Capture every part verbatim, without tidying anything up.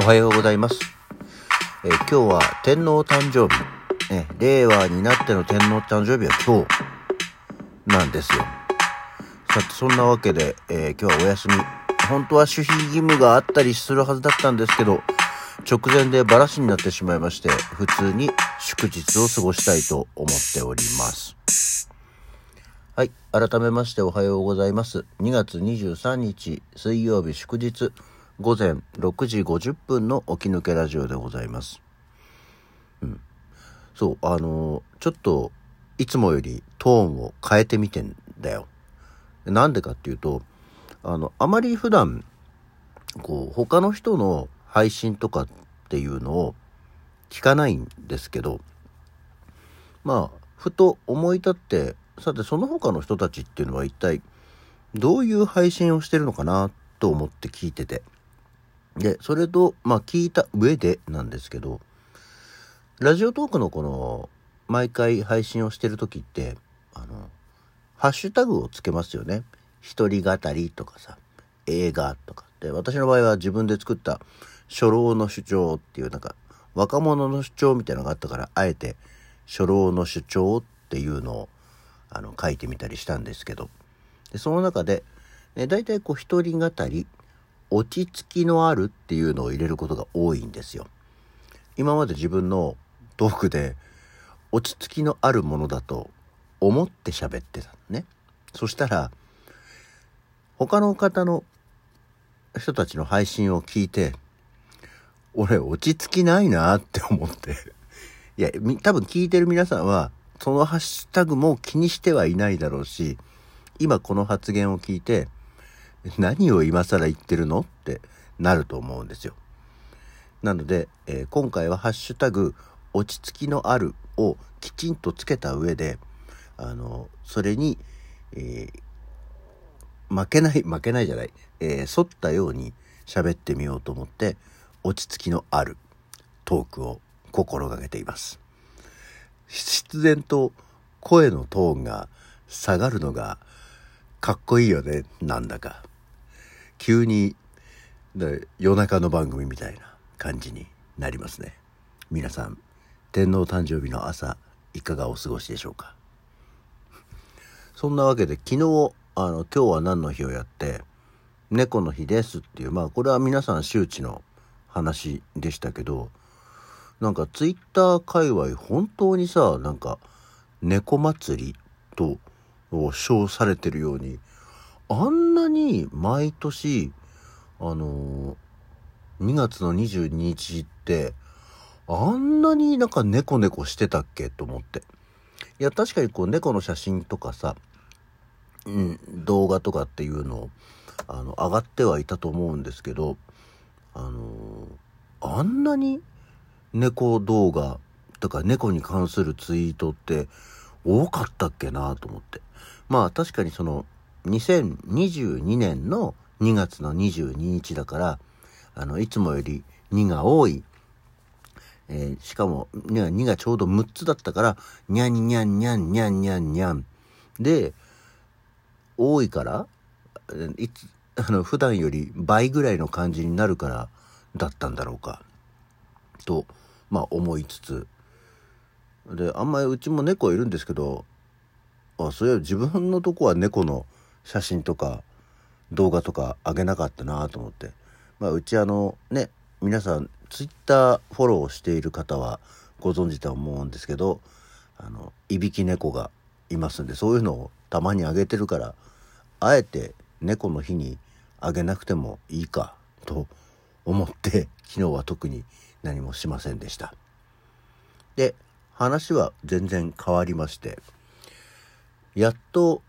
おはようございます。えー、今日は天皇誕生日、ね、令和になっての天皇誕生日は今日なんですよ。さてそんなわけで、えー、今日はお休み。本当は守秘義務があったりするはずだったんですけど、直前でバラシになってしまいまして、普通に祝日を過ごしたいと思っております。はい、改めましておはようございます。にがつにじゅうさんにち水曜日祝日午前ろくじごじゅっぷんの起き抜けラジオでございます。うん、そうあのー、ちょっといつもよりトーンを変えてみてんだよ。なんでかっていうと、あのあまり普段こう他の人の配信とかっていうのを聞かないんですけど、まあふと思い立って、さてその他の人たちっていうのは一体どういう配信をしてるのかなと思って聞いてて、でそれとまあ聞いた上でなんですけど、ラジオトークのこの毎回配信をしてる時ってあのハッシュタグをつけますよね。一人語りとかさ、映画とかで、私の場合は自分で作った初老の主張っていうなんか若者の主張みたいなのがあったから、あえて初老の主張っていうのをあの書いてみたりしたんですけど、でその中でえだいたいこう一人語り落ち着きのあるっていうのを入れることが多いんですよ。今まで自分のトークで落ち着きのあるものだと思って喋ってたのね。そしたら他の方の人たちの配信を聞いて、俺落ち着きないなって思っていや多分聞いてる皆さんはそのハッシュタグも気にしてはいないだろうし、今この発言を聞いて何を今更言ってるのってなると思うんですよ。なので、えー、今回はハッシュタグ落ち着きのあるをきちんとつけた上で、あのそれに、えー、負けない負けないじゃない、えー、沿ったように喋ってみようと思って落ち着きのあるトークを心がけています。必然と声のトーンが下がるのがかっこいいよね。なんだか急に夜中の番組みたいな感じになりますね。皆さん天皇誕生日の朝いかがお過ごしでしょうか。そんなわけで昨日あの今日は何の日をやって猫の日ですっていう、まあこれは皆さん周知の話でしたけど、なんかツイッター界隈本当にさ、なんか猫祭りと称されてるように、あんなに毎年あのー、にがつのにじゅうににちってあんなになんか猫猫してたっけと思って。いや確かにこう猫の写真とかさ、うん、動画とかっていうのをあの上がってはいたと思うんですけど、あのー、あんなに猫動画とか猫に関するツイートって多かったっけなと思って。まあ確かにそのにせんにじゅうにねんのにがつのにじゅうににちだから、あのいつもよりにが多い、えー、しかもにがちょうどむっつだったから、にゃんにゃんにゃんにゃんにゃんにゃんで多いから、いつあの普段より倍ぐらいの感じになるからだったんだろうかとまあ思いつつ、であんまりうちも猫いるんですけど、あそういえば自分のとこは猫の写真とか動画とか上げなかったなと思って、まあうちあのね、皆さんツイッターフォローしている方はご存知とは思うんですけど、あのいびき猫がいますんで、そういうのをたまに上げてるから、あえて猫の日に上げなくてもいいかと思って昨日は特に何もしませんでした。で話は全然変わりまして、やっと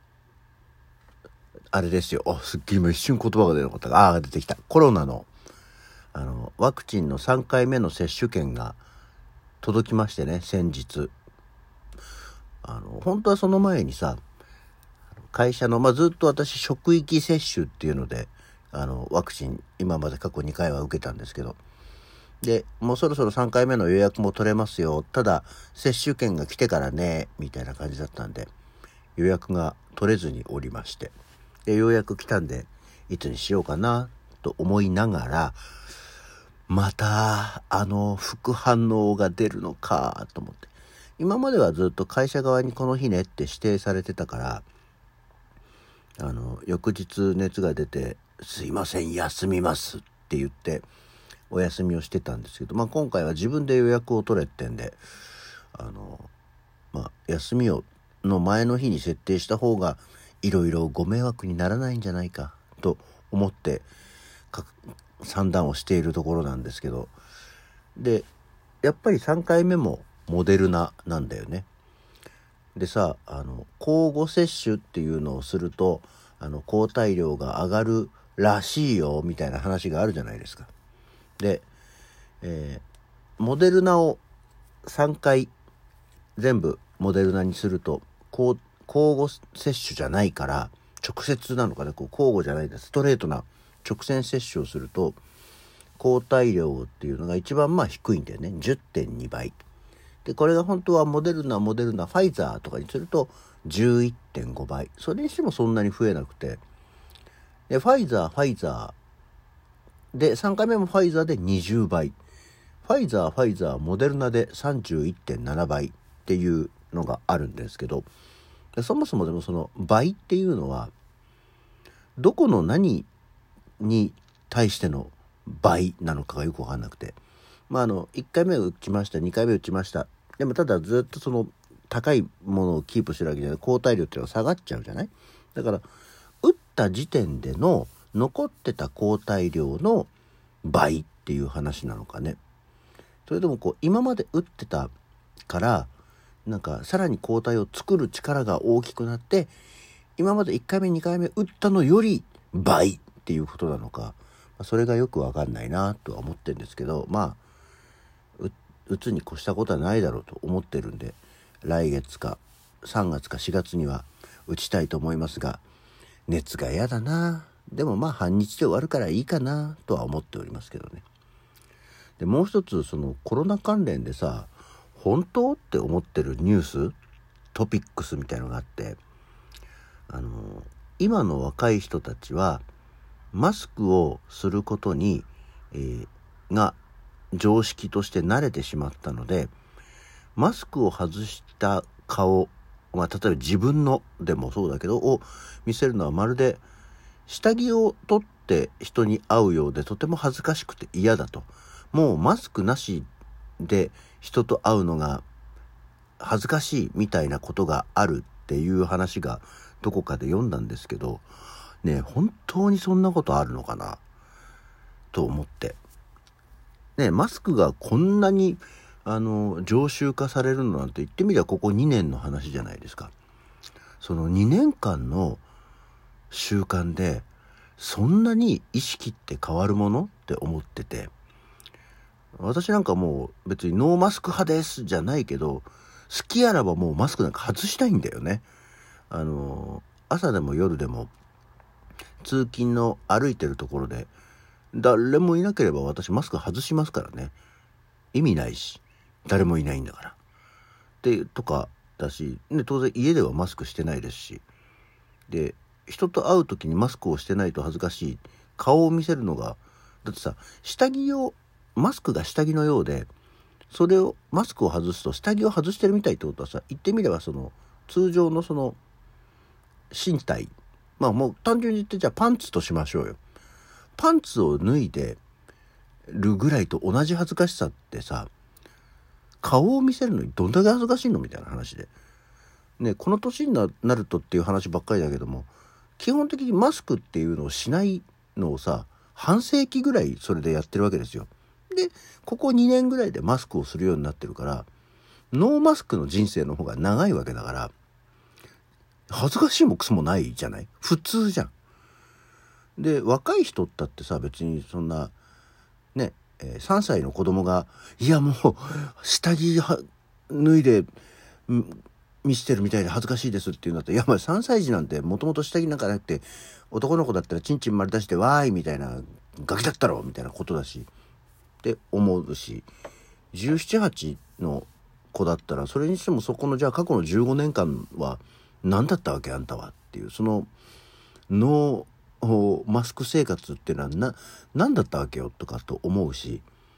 あれですよ。あ、すっげえ今一瞬言葉が出なかったが、ああ出てきた。コロナのあのワクチンのさんかいめの接種券が届きましてね、先日。あの本当はその前にさ、会社のまあずっと私職域接種っていうのであのワクチン今まで過去にかいは受けたんですけど、でもうそろそろさんかいめの予約も取れますよ、ただ接種券が来てからねみたいな感じだったんで、予約が取れずにおりまして、でようやく来たんでいつにしようかなと思いながら、 またあの副反応が出るのかと思って、今まではずっと会社側にこの日ねって指定されてたから、あの翌日熱が出てすいません休みますって言ってお休みをしてたんですけど、まあ今回は自分で予約を取れってんで、あのまあ休みをの前の日に設定した方がいろいろご迷惑にならないんじゃないかと思って算段をしているところなんですけど、でやっぱりさんかいめもモデルナなんだよね。でさ、あの交互接種っていうのをするとあの抗体量が上がるらしいよみたいな話があるじゃないですか。で、えー、モデルナをさんかい全部モデルナにするとこう交互接種じゃないから直接なのかね、こう交互じゃないです、ストレートな直線接種をすると抗体量っていうのが一番まあ低いんだよね。 じゅってんに 倍で、これが本当はモデルナモデルナファイザーとかにすると じゅういってんご 倍、それにしてもそんなに増えなくて、でファイザーファイザーでさんかいめもファイザーでにじゅうばい、ファイザーファイザーモデルナで さんじゅういってんなな 倍っていうのがあるんですけど、そもそもでもその倍っていうのはどこの何に対しての倍なのかがよく分かんなくて、まああのいっかいめ打ちました、にかいめ打ちました、でもただずっとその高いものをキープしてるわけじゃない、抗体量っていうのが下がっちゃうじゃない。だから打った時点での残ってた抗体量の倍っていう話なのかね。それともこう今まで打ってたからなんかさらに抗体を作る力が大きくなって今までいっかいめにかいめ打ったのより倍っていうことなのか、それがよく分かんないなとは思ってるんですけど、まあ打つに越したことはないだろうと思ってるんで、来月かさんがつかしがつには打ちたいと思いますが、熱が嫌だな。でもまあ半日で終わるからいいかなとは思っておりますけどね。でもう一つそのコロナ関連でさ、本当って思ってるニューストピックスみたいのがあって、あの今の若い人たちはマスクをすることに、えー、が常識として慣れてしまったので、マスクを外した顔、まあ、例えば自分のでもそうだけどを見せるのはまるで下着を取って人に会うようでとても恥ずかしくて嫌だと、もうマスクなしで人と会うのが恥ずかしいみたいなことがあるっていう話がどこかで読んだんですけどね、本当にそんなことあるのかなと思ってね、マスクがこんなにあの常習化されるのなんて言ってみりゃここにねんの話じゃないですか。そのにねんかんの習慣でそんなに意識って変わるものって思ってて、私なんかもう別にノーマスク派ですじゃないけど、好きあらばもうマスクなんか外したいんだよね。あの朝でも夜でも通勤の歩いてるところで誰もいなければ私マスク外しますからね。意味ないし誰もいないんだからでとかだし、で当然家ではマスクしてないですし、で人と会う時にマスクをしてないと恥ずかしい、顔を見せるのがだってさ、下着をマスクが下着のようでそれをマスクを外すと下着を外してるみたいってことはさ、言ってみればその通常のその身体、まあもう単純に言ってじゃあパンツとしましょうよ。パンツを脱いでるぐらいと同じ恥ずかしさってさ、顔を見せるのにどんだけ恥ずかしいのみたいな話でね、この年になるとっていう話ばっかりだけども、基本的にマスクっていうのをしないのをさ、半世紀ぐらいそれでやってるわけですよ。でここにねんぐらいでマスクをするようになってるから、ノーマスクの人生の方が長いわけだから、恥ずかしいもクソもないじゃない、普通じゃん。で若い人だってさ、別にそんなね、えー、さんさいの子供がいやもう下着は脱いで見せてるみたいで恥ずかしいですっていうんだったら、いやまあさんさい児なんてもともと下着なんかなくて、男の子だったらチンチン丸出してわーいみたいなガキだったろみたいなことだしって思うし、じゅうなな、はちの子だったらそれにしてもそこのじゃあ過去のじゅうごねんかんは何だったわけあんたはっていう、そのノーマスク生活っていうのはな何だったわけよとかと思うし、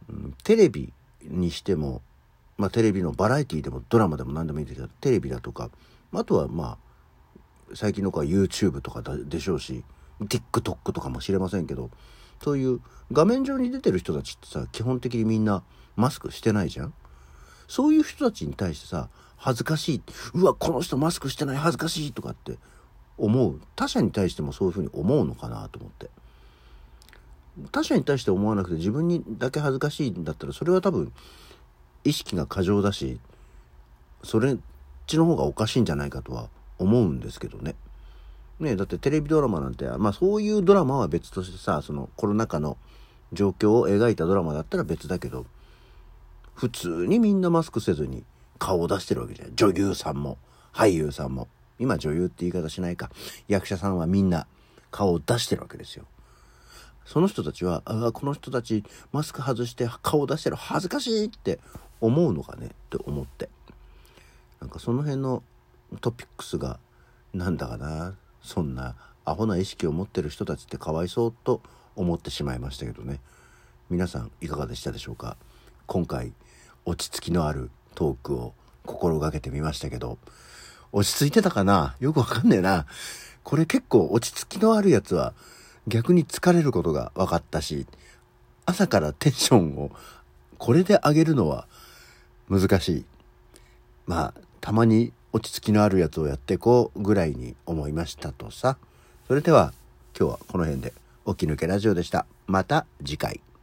うん、テレビにしても、まあテレビのバラエティでもドラマでも何でもいいんですけど、テレビだとか、あとはまあ最近の子は YouTube とかでしょうし、 TikTok とかもしれませんけど、そういう画面上に出てる人たちってさ、基本的にみんなマスクしてないじゃん。そういう人たちに対してさ、恥ずかしい、うわこの人マスクしてない恥ずかしいとかって思う、他者に対してもそういうふうに思うのかなと思って。他者に対して思わなくて自分にだけ恥ずかしいんだったら、それは多分意識が過剰だし、それっちの方がおかしいんじゃないかとは思うんですけどね。ねえ、だってテレビドラマなんて、まあそういうドラマは別としてさ、そのコロナ禍の状況を描いたドラマだったら別だけど、普通にみんなマスクせずに顔を出してるわけじゃん。女優さんも俳優さんも、今女優って言い方しないか、役者さんはみんな顔を出してるわけですよ。その人たちは、ああこの人たちマスク外して顔を出してる、恥ずかしいって思うのかねって思って、なんかその辺のトピックスがなんだかな、そんなアホな意識を持ってる人たちってかわいそうと思ってしまいましたけどね。皆さんいかがでしたでしょうか。今回落ち着きのあるトークを心がけてみましたけど、落ち着いてたかな、よくわかんねえな。これ結構落ち着きのあるやつは逆に疲れることが分かったし、朝からテンションをこれで上げるのは難しい。まあたまに落ち着きのあるやつをやっていこうぐらいに思いましたとさ。それでは今日はこの辺で、起き抜けラジオでした。また次回。